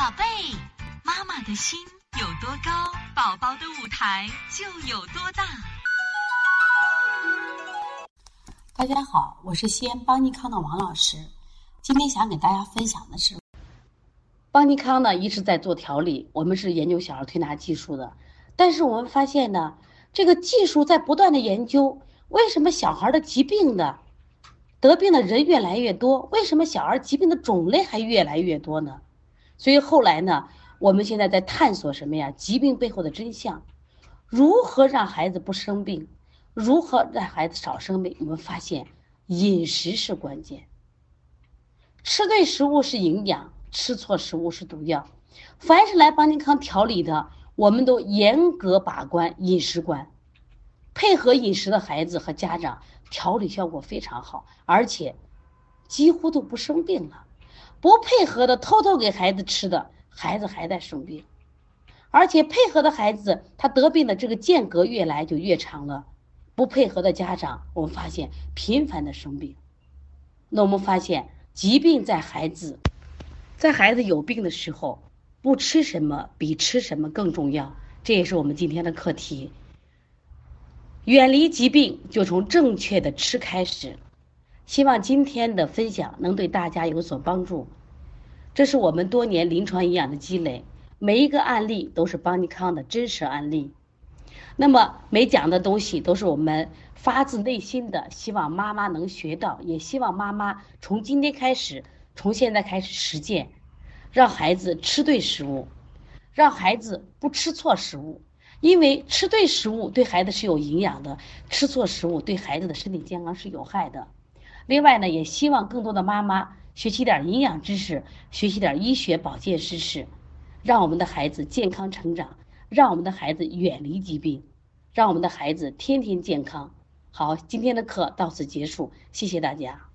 宝贝，妈妈的心有多高，宝宝的舞台就有多大。 大家好，我是西安邦尼康的王老师。今天想给大家分享的是，邦尼康呢一直在做调理，我们是研究小儿推拿技术的，但是我们发现呢，这个技术在不断的研究，为什么小孩的疾病的得病的人越来越多？为什么小孩疾病的种类还越来越多呢？所以后来呢，我们现在在探索什么呀？疾病背后的真相，如何让孩子不生病，如何让孩子少生病？我们发现饮食是关键，吃对食物是营养，吃错食物是毒药。凡是来邦尼康调理的，我们都严格把关饮食观，配合饮食的孩子和家长调理效果非常好，而且几乎都不生病了。不配合的偷偷给孩子吃的，孩子还在生病，而且配合的孩子他得病的这个间隔越来就越长了。不配合的家长，我们发现频繁的生病。那我们发现疾病在孩子有病的时候，不吃什么比吃什么更重要，这也是我们今天的课题。远离疾病就从正确的吃开始。希望今天的分享能对大家有所帮助。这是我们多年临床营养的积累，每一个案例都是邦尼康的真实案例。那么每讲的东西都是我们发自内心的，希望妈妈能学到，也希望妈妈从今天开始，从现在开始实践，让孩子吃对食物，让孩子不吃错食物。因为吃对食物对孩子是有营养的，吃错食物对孩子的身体健康是有害的。另外呢，也希望更多的妈妈学习点营养知识，学习点医学保健知识，让我们的孩子健康成长，让我们的孩子远离疾病，让我们的孩子天天健康。好，今天的课到此结束，谢谢大家。